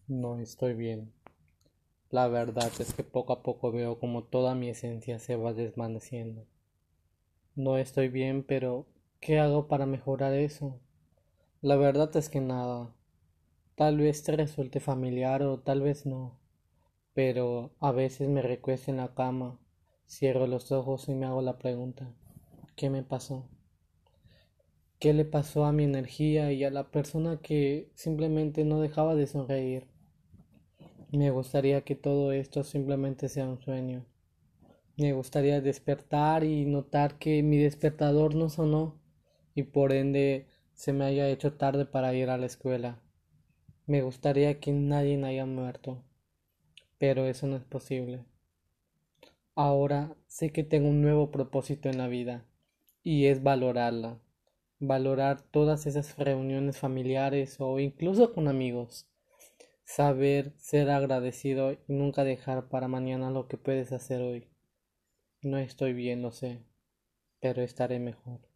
No estoy bien. La verdad es que poco a poco veo como toda mi esencia se va desvaneciendo. No estoy bien, pero ¿qué hago para mejorar eso? La verdad es que nada. Tal vez te resulte familiar o tal vez no. Pero a veces me recuesto en la cama, cierro los ojos y me hago la pregunta, ¿qué me pasó? ¿Qué le pasó a mi energía y a la persona que simplemente no dejaba de sonreír? Me gustaría que todo esto simplemente sea un sueño. Me gustaría despertar y notar que mi despertador no sonó y por ende se me haya hecho tarde para ir a la escuela. Me gustaría que nadie haya muerto, pero eso no es posible. Ahora sé que tengo un nuevo propósito en la vida y es valorarla. Valorar todas esas reuniones familiares o incluso con amigos. Saber ser agradecido y nunca dejar para mañana lo que puedes hacer hoy. No estoy bien, lo sé, pero estaré mejor.